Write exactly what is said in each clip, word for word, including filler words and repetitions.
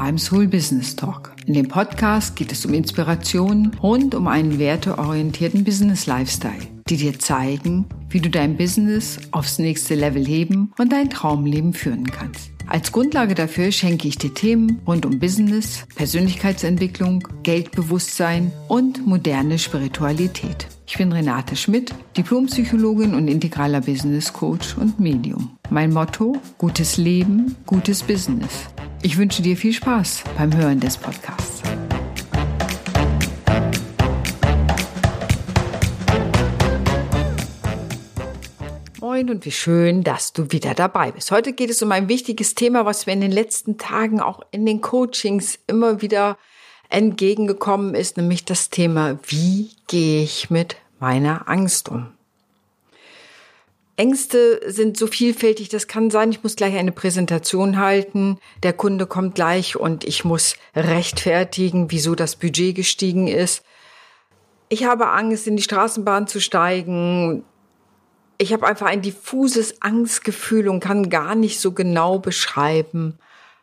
beim Soul Business Talk. In dem Podcast geht es um Inspiration rund um einen werteorientierten Business Lifestyle, die dir zeigen, wie du dein Business aufs nächste Level heben und dein Traumleben führen kannst. Als Grundlage dafür schenke ich dir Themen rund um Business, Persönlichkeitsentwicklung, Geldbewusstsein und moderne Spiritualität. Ich bin Renate Schmidt, Diplompsychologin und integraler Business Coach und Medium. Mein Motto: gutes Leben, gutes Business. Ich wünsche dir viel Spaß beim Hören des Podcasts. Moin und wie schön, dass du wieder dabei bist. Heute geht es um ein wichtiges Thema, was mir in den letzten Tagen auch in den Coachings immer wieder entgegengekommen ist, nämlich das Thema: Wie gehe ich mit meiner Angst um? Ängste sind so vielfältig, das kann sein, ich muss gleich eine Präsentation halten, der Kunde kommt gleich und ich muss rechtfertigen, wieso das Budget gestiegen ist. Ich habe Angst, in die Straßenbahn zu steigen. Ich habe einfach ein diffuses Angstgefühl und kann gar nicht so genau beschreiben,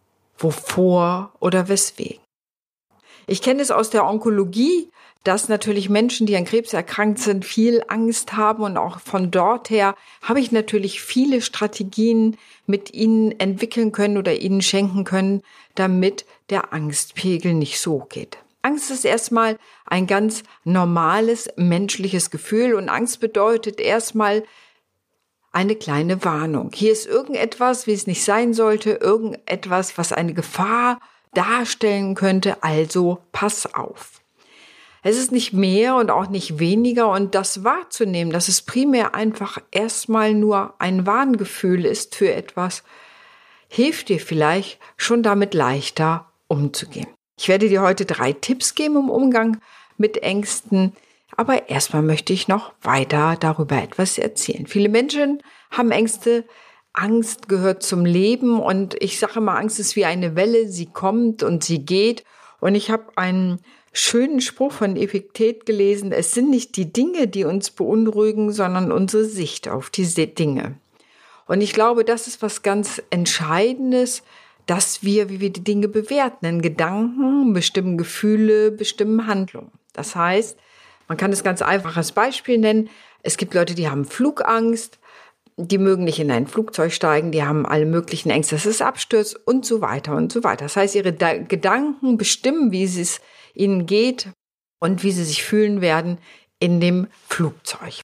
wovor oder weswegen. Ich kenne es aus der Onkologie, dass natürlich Menschen, die an Krebs erkrankt sind, viel Angst haben, und auch von dort her habe ich natürlich viele Strategien mit ihnen entwickeln können oder ihnen schenken können, damit der Angstpegel nicht so geht. Angst ist erstmal ein ganz normales menschliches Gefühl, und Angst bedeutet erstmal eine kleine Warnung. Hier ist irgendetwas, wie es nicht sein sollte, irgendetwas, was eine Gefahr darstellen könnte, also pass auf. Es ist nicht mehr und auch nicht weniger, und das wahrzunehmen, dass es primär einfach erstmal nur ein Warngefühl ist für etwas, hilft dir vielleicht schon damit leichter umzugehen. Ich werde dir heute drei Tipps geben im Umgang mit Ängsten, aber erstmal möchte ich noch weiter darüber etwas erzählen. Viele Menschen haben Ängste. Angst gehört zum Leben, und ich sage immer, Angst ist wie eine Welle, sie kommt und sie geht. Und ich habe einen schönen Spruch von Epiktet gelesen: Es sind nicht die Dinge, die uns beunruhigen, sondern unsere Sicht auf diese Dinge. Und ich glaube, das ist was ganz Entscheidendes, dass wir, wie wir die Dinge bewerten, denn Gedanken bestimmen Gefühle, bestimmen Handlungen. Das heißt, man kann es ganz einfaches Beispiel nennen: Es gibt Leute, die haben Flugangst, die mögen nicht in ein Flugzeug steigen, die haben alle möglichen Ängste, dass es abstürzt und so weiter und so weiter. Das heißt, ihre da- Gedanken bestimmen, wie es ihnen geht und wie sie sich fühlen werden in dem Flugzeug.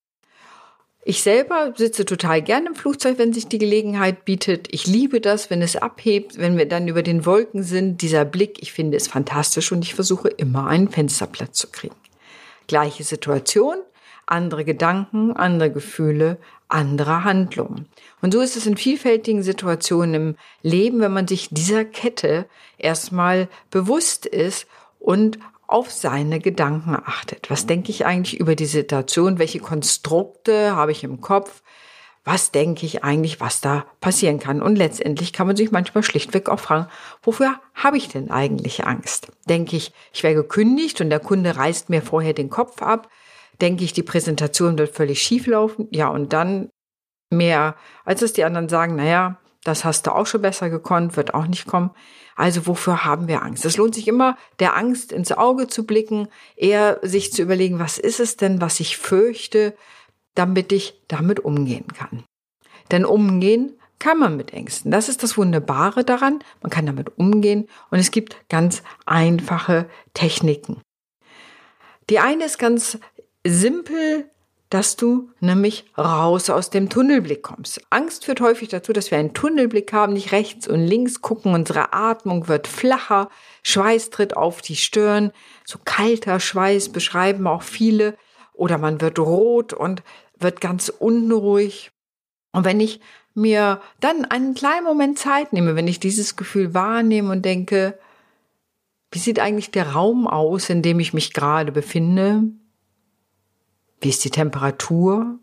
Ich selber sitze total gerne im Flugzeug, wenn sich die Gelegenheit bietet. Ich liebe das, wenn es abhebt, wenn wir dann über den Wolken sind. Dieser Blick, ich finde es fantastisch, und ich versuche immer, einen Fensterplatz zu kriegen. Gleiche Situation, andere Gedanken, andere Gefühle, andere Handlungen. Und so ist es in vielfältigen Situationen im Leben, wenn man sich dieser Kette erstmal bewusst ist und auf seine Gedanken achtet. Was denke ich eigentlich über die Situation? Welche Konstrukte habe ich im Kopf? Was denke ich eigentlich, was da passieren kann? Und letztendlich kann man sich manchmal schlichtweg auch fragen: Wofür habe ich denn eigentlich Angst? Denke ich, ich werde gekündigt und der Kunde reißt mir vorher den Kopf ab? Denke ich, die Präsentation wird völlig schief laufen? Ja, und dann mehr, als dass die anderen sagen: Naja, das hast du auch schon besser gekonnt, wird auch nicht kommen. Also wofür haben wir Angst? Es lohnt sich immer, der Angst ins Auge zu blicken, eher sich zu überlegen: Was ist es denn, was ich fürchte, damit ich damit umgehen kann. Denn umgehen kann man mit Ängsten. Das ist das Wunderbare daran. Man kann damit umgehen, und es gibt ganz einfache Techniken. Die eine ist ganz simpel, dass du nämlich raus aus dem Tunnelblick kommst. Angst führt häufig dazu, dass wir einen Tunnelblick haben, nicht rechts und links gucken. Unsere Atmung wird flacher, Schweiß tritt auf die Stirn. So kalter Schweiß beschreiben auch viele. Oder man wird rot und wird ganz unruhig. Und wenn ich mir dann einen kleinen Moment Zeit nehme, wenn ich dieses Gefühl wahrnehme und denke: Wie sieht eigentlich der Raum aus, in dem ich mich gerade befinde? Wie ist die Temperatur?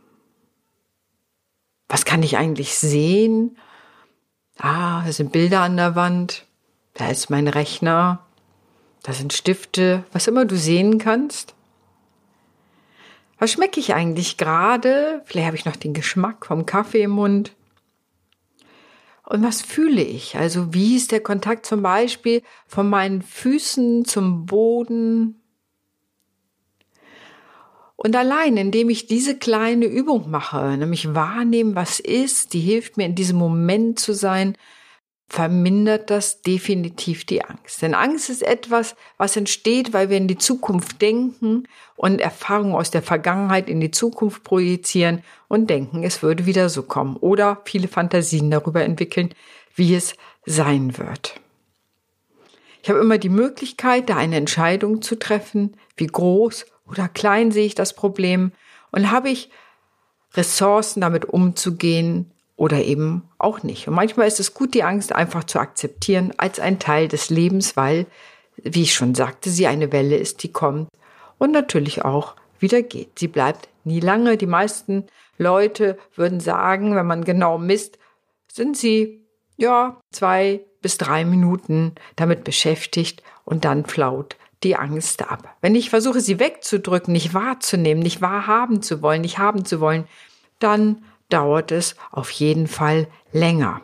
Was kann ich eigentlich sehen? Ah, da sind Bilder an der Wand. Da ist mein Rechner. Da sind Stifte. Was immer du sehen kannst. Was schmecke ich eigentlich gerade? Vielleicht habe ich noch den Geschmack vom Kaffee im Mund. Und was fühle ich? Also wie ist der Kontakt zum Beispiel von meinen Füßen zum Boden? Und allein, indem ich diese kleine Übung mache, nämlich wahrnehmen, was ist, die hilft mir in diesem Moment zu sein, vermindert das definitiv die Angst. Denn Angst ist etwas, was entsteht, weil wir in die Zukunft denken und Erfahrungen aus der Vergangenheit in die Zukunft projizieren und denken, es würde wieder so kommen. Oder viele Fantasien darüber entwickeln, wie es sein wird. Ich habe immer die Möglichkeit, da eine Entscheidung zu treffen, wie groß oder klein sehe ich das Problem und habe ich Ressourcen, damit umzugehen oder eben auch nicht. Und manchmal ist es gut, die Angst einfach zu akzeptieren als ein Teil des Lebens, weil, wie ich schon sagte, sie eine Welle ist, die kommt und natürlich auch wieder geht. Sie bleibt nie lange. Die meisten Leute würden sagen, wenn man genau misst, sind sie ja zwei bis drei Minuten damit beschäftigt und dann flaut die Angst ab. Wenn ich versuche, sie wegzudrücken, nicht wahrzunehmen, nicht wahrhaben zu wollen, nicht haben zu wollen, dann dauert es auf jeden Fall länger.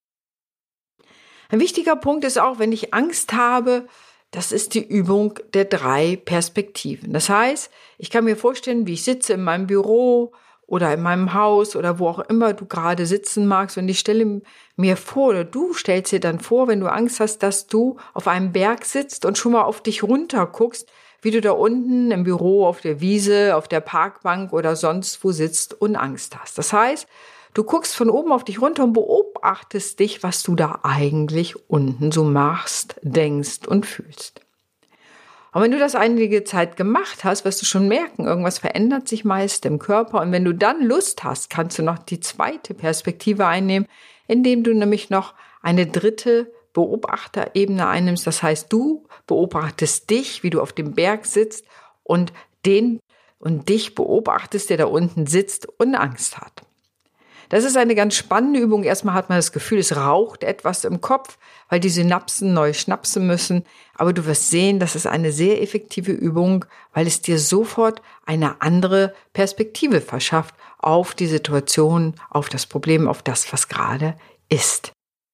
Ein wichtiger Punkt ist auch, wenn ich Angst habe, das ist die Übung der drei Perspektiven. Das heißt, ich kann mir vorstellen, wie ich sitze in meinem Büro oder in meinem Haus oder wo auch immer du gerade sitzen magst und ich stelle mir vor, oder du stellst dir dann vor, wenn du Angst hast, dass du auf einem Berg sitzt und schon mal auf dich runter guckst, wie du da unten im Büro, auf der Wiese, auf der Parkbank oder sonst wo sitzt und Angst hast. Das heißt, du guckst von oben auf dich runter und beobachtest dich, was du da eigentlich unten so machst, denkst und fühlst. Und wenn du das einige Zeit gemacht hast, wirst du schon merken, irgendwas verändert sich meist im Körper. Und wenn du dann Lust hast, kannst du noch die zweite Perspektive einnehmen, indem du nämlich noch eine dritte Beobachterebene einnimmst. Das heißt, du beobachtest dich, wie du auf dem Berg sitzt und den und dich beobachtest, der da unten sitzt und Angst hat. Das ist eine ganz spannende Übung. Erstmal hat man das Gefühl, es raucht etwas im Kopf, weil die Synapsen neu schnapsen müssen. Aber du wirst sehen, das ist eine sehr effektive Übung, weil es dir sofort eine andere Perspektive verschafft auf die Situation, auf das Problem, auf das, was gerade ist.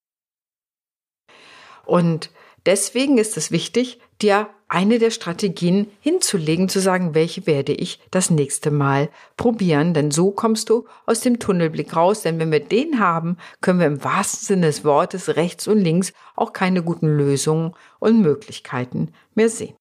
Und deswegen ist es wichtig, dir eine der Strategien hinzulegen, zu sagen, welche werde ich das nächste Mal probieren. Denn so kommst du aus dem Tunnelblick raus. Denn wenn wir den haben, können wir im wahrsten Sinne des Wortes rechts und links auch keine guten Lösungen und Möglichkeiten mehr sehen.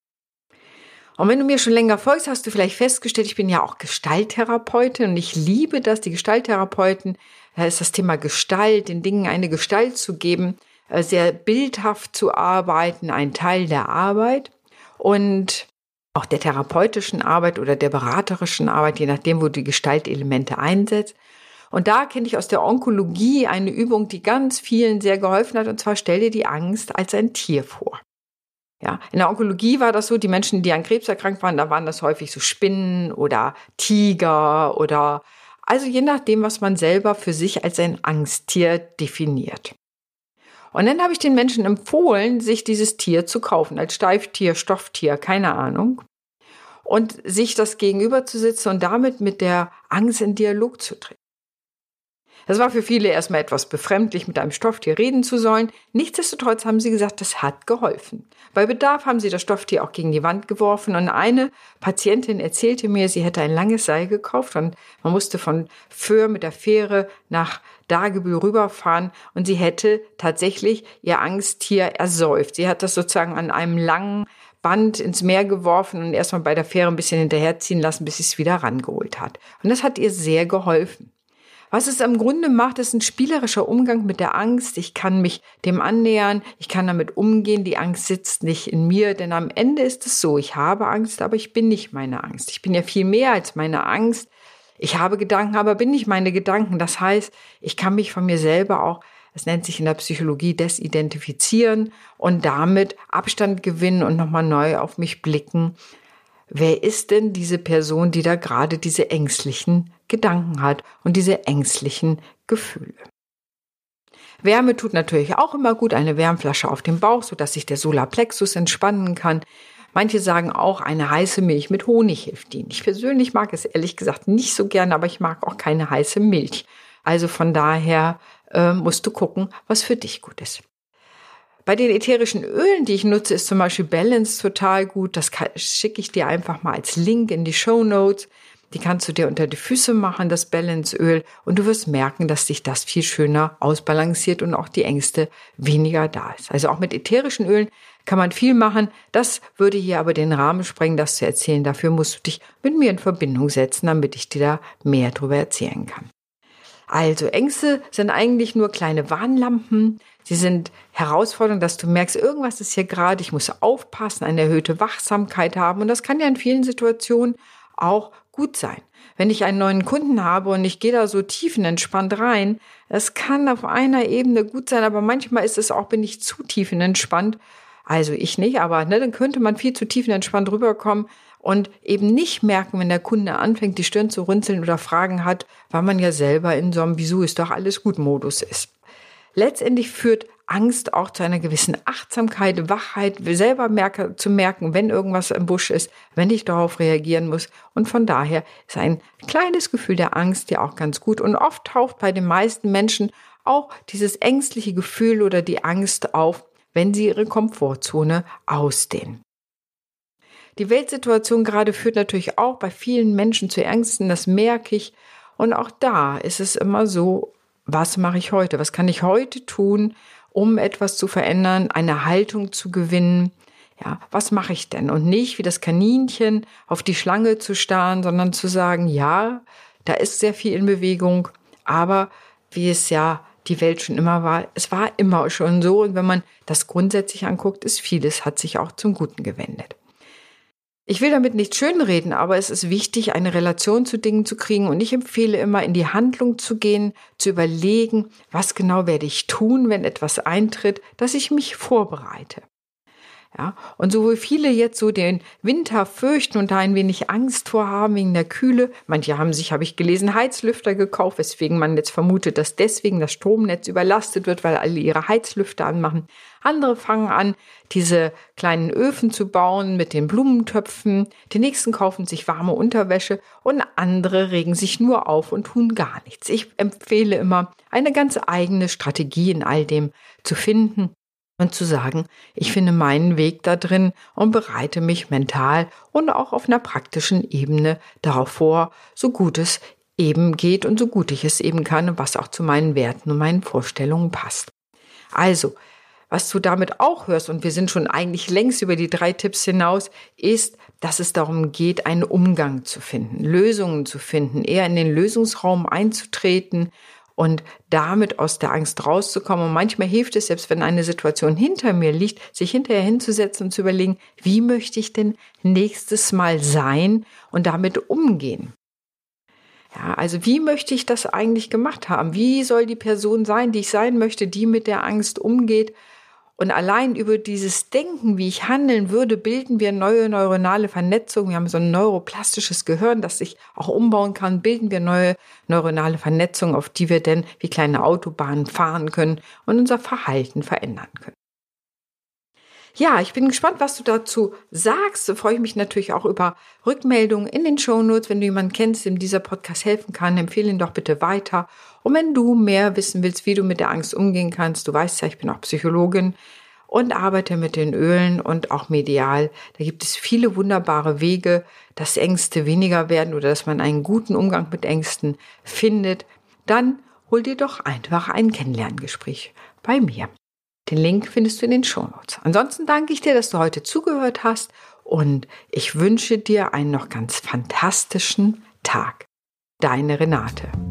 Und wenn du mir schon länger folgst, hast du vielleicht festgestellt, ich bin ja auch Gestalttherapeutin und ich liebe das, die Gestalttherapeuten, da ist das Thema Gestalt, den Dingen eine Gestalt zu geben, sehr bildhaft zu arbeiten, ein Teil der Arbeit und auch der therapeutischen Arbeit oder der beraterischen Arbeit, je nachdem, wo du die Gestaltelemente einsetzt. Und da kenne ich aus der Onkologie eine Übung, die ganz vielen sehr geholfen hat, und zwar stell dir die Angst als ein Tier vor. Ja, in der Onkologie war das so, die Menschen, die an Krebs erkrankt waren, da waren das häufig so Spinnen oder Tiger oder, also je nachdem, was man selber für sich als ein Angsttier definiert. Und dann habe ich den Menschen empfohlen, sich dieses Tier zu kaufen, als Steiftier, Stofftier, keine Ahnung, und sich das gegenüber zu sitzen und damit mit der Angst in Dialog zu treten. Das war für viele erstmal etwas befremdlich, mit einem Stofftier reden zu sollen. Nichtsdestotrotz haben sie gesagt, das hat geholfen. Bei Bedarf haben sie das Stofftier auch gegen die Wand geworfen. Und eine Patientin erzählte mir, sie hätte ein langes Seil gekauft und man musste von Föhr mit der Fähre nach Dagebüll rüberfahren und sie hätte tatsächlich ihr Angsttier ersäuft. Sie hat das sozusagen an einem langen Band ins Meer geworfen und erstmal bei der Fähre ein bisschen hinterherziehen lassen, bis sie es wieder rangeholt hat. Und das hat ihr sehr geholfen. Was es im Grunde macht, ist ein spielerischer Umgang mit der Angst. Ich kann mich dem annähern, ich kann damit umgehen. Die Angst sitzt nicht in mir, denn am Ende ist es so, ich habe Angst, aber ich bin nicht meine Angst. Ich bin ja viel mehr als meine Angst. Ich habe Gedanken, aber bin nicht meine Gedanken. Das heißt, ich kann mich von mir selber auch, es nennt sich in der Psychologie, desidentifizieren und damit Abstand gewinnen und nochmal neu auf mich blicken. Wer ist denn diese Person, die da gerade diese ängstlichen Gedanken hat und diese ängstlichen Gefühle? Wärme tut natürlich auch immer gut, eine Wärmflasche auf dem Bauch, sodass sich der Solarplexus entspannen kann. Manche sagen auch, eine heiße Milch mit Honig hilft ihnen. Ich persönlich mag es ehrlich gesagt nicht so gerne, aber ich mag auch keine heiße Milch. Also von daher äh, musst du gucken, was für dich gut ist. Bei den ätherischen Ölen, die ich nutze, ist zum Beispiel Balance total gut. Das schicke ich dir einfach mal als Link in die Shownotes. Die kannst du dir unter die Füße machen, das Balanceöl. Und du wirst merken, dass sich das viel schöner ausbalanciert und auch die Ängste weniger da ist. Also auch mit ätherischen Ölen kann man viel machen. Das würde hier aber den Rahmen sprengen, das zu erzählen. Dafür musst du dich mit mir in Verbindung setzen, damit ich dir da mehr darüber erzählen kann. Also Ängste sind eigentlich nur kleine Warnlampen. Sie sind Herausforderungen, dass du merkst, irgendwas ist hier gerade, ich muss aufpassen, eine erhöhte Wachsamkeit haben. Und das kann ja in vielen Situationen auch gut sein. Wenn ich einen neuen Kunden habe und ich gehe da so tiefenentspannt rein, das kann auf einer Ebene gut sein, aber manchmal ist es auch, bin ich zu tiefenentspannt. Also ich nicht, aber ne, dann könnte man viel zu tiefenentspannt rüberkommen und eben nicht merken, wenn der Kunde anfängt, die Stirn zu runzeln oder Fragen hat, weil man ja selber in so einem Wieso ist doch alles gut Modus ist. Letztendlich führt Angst auch zu einer gewissen Achtsamkeit, Wachheit, selber merke, zu merken, wenn irgendwas im Busch ist, wenn ich darauf reagieren muss. Und von daher ist ein kleines Gefühl der Angst ja auch ganz gut. Und oft taucht bei den meisten Menschen auch dieses ängstliche Gefühl oder die Angst auf, wenn sie ihre Komfortzone ausdehnen. Die Weltsituation gerade führt natürlich auch bei vielen Menschen zu Ängsten, das merke ich. Und auch da ist es immer so, was mache ich heute? Was kann ich heute tun, um etwas zu verändern, eine Haltung zu gewinnen? Ja, was mache ich denn? Und nicht wie das Kaninchen auf die Schlange zu starren, sondern zu sagen, ja, da ist sehr viel in Bewegung, aber wie es ja die Welt schon immer war, es war immer schon so. Und wenn man das grundsätzlich anguckt, ist vieles, hat sich auch zum Guten gewendet. Ich will damit nicht schönreden, aber es ist wichtig, eine Relation zu Dingen zu kriegen. Und ich empfehle immer, in die Handlung zu gehen, zu überlegen, was genau werde ich tun, wenn etwas eintritt, dass ich mich vorbereite. Ja, und so wie viele jetzt so den Winter fürchten und da ein wenig Angst vorhaben wegen der Kühle, manche haben sich, habe ich gelesen, Heizlüfter gekauft, weswegen man jetzt vermutet, dass deswegen das Stromnetz überlastet wird, weil alle ihre Heizlüfter anmachen. Andere fangen an, diese kleinen Öfen zu bauen mit den Blumentöpfen. Die nächsten kaufen sich warme Unterwäsche und andere regen sich nur auf und tun gar nichts. Ich empfehle immer, eine ganz eigene Strategie in all dem zu finden. Und zu sagen, ich finde meinen Weg da drin und bereite mich mental und auch auf einer praktischen Ebene darauf vor, so gut es eben geht und so gut ich es eben kann und was auch zu meinen Werten und meinen Vorstellungen passt. Also, was du damit auch hörst, und wir sind schon eigentlich längst über die drei Tipps hinaus, ist, dass es darum geht, einen Umgang zu finden, Lösungen zu finden, eher in den Lösungsraum einzutreten und damit aus der Angst rauszukommen. Und manchmal hilft es, selbst wenn eine Situation hinter mir liegt, sich hinterher hinzusetzen und zu überlegen, wie möchte ich denn nächstes Mal sein und damit umgehen? Ja, also wie möchte ich das eigentlich gemacht haben? Wie soll die Person sein, die ich sein möchte, die mit der Angst umgeht? Und allein über dieses Denken, wie ich handeln würde, bilden wir neue neuronale Vernetzungen. Wir haben so ein neuroplastisches Gehirn, das sich auch umbauen kann. Bilden wir neue neuronale Vernetzungen, auf die wir dann wie kleine Autobahnen fahren können und unser Verhalten verändern können. Ja, ich bin gespannt, was du dazu sagst. Da freue ich mich natürlich auch über Rückmeldungen in den Shownotes. Wenn du jemanden kennst, dem dieser Podcast helfen kann, empfehle ihn doch bitte weiter. Und wenn du mehr wissen willst, wie du mit der Angst umgehen kannst, du weißt ja, ich bin auch Psychologin und arbeite mit den Ölen und auch medial. Da gibt es viele wunderbare Wege, dass Ängste weniger werden oder dass man einen guten Umgang mit Ängsten findet. Dann hol dir doch einfach ein Kennenlerngespräch bei mir. Den Link findest du in den Shownotes. Ansonsten danke ich dir, dass du heute zugehört hast und ich wünsche dir einen noch ganz fantastischen Tag. Deine Renate.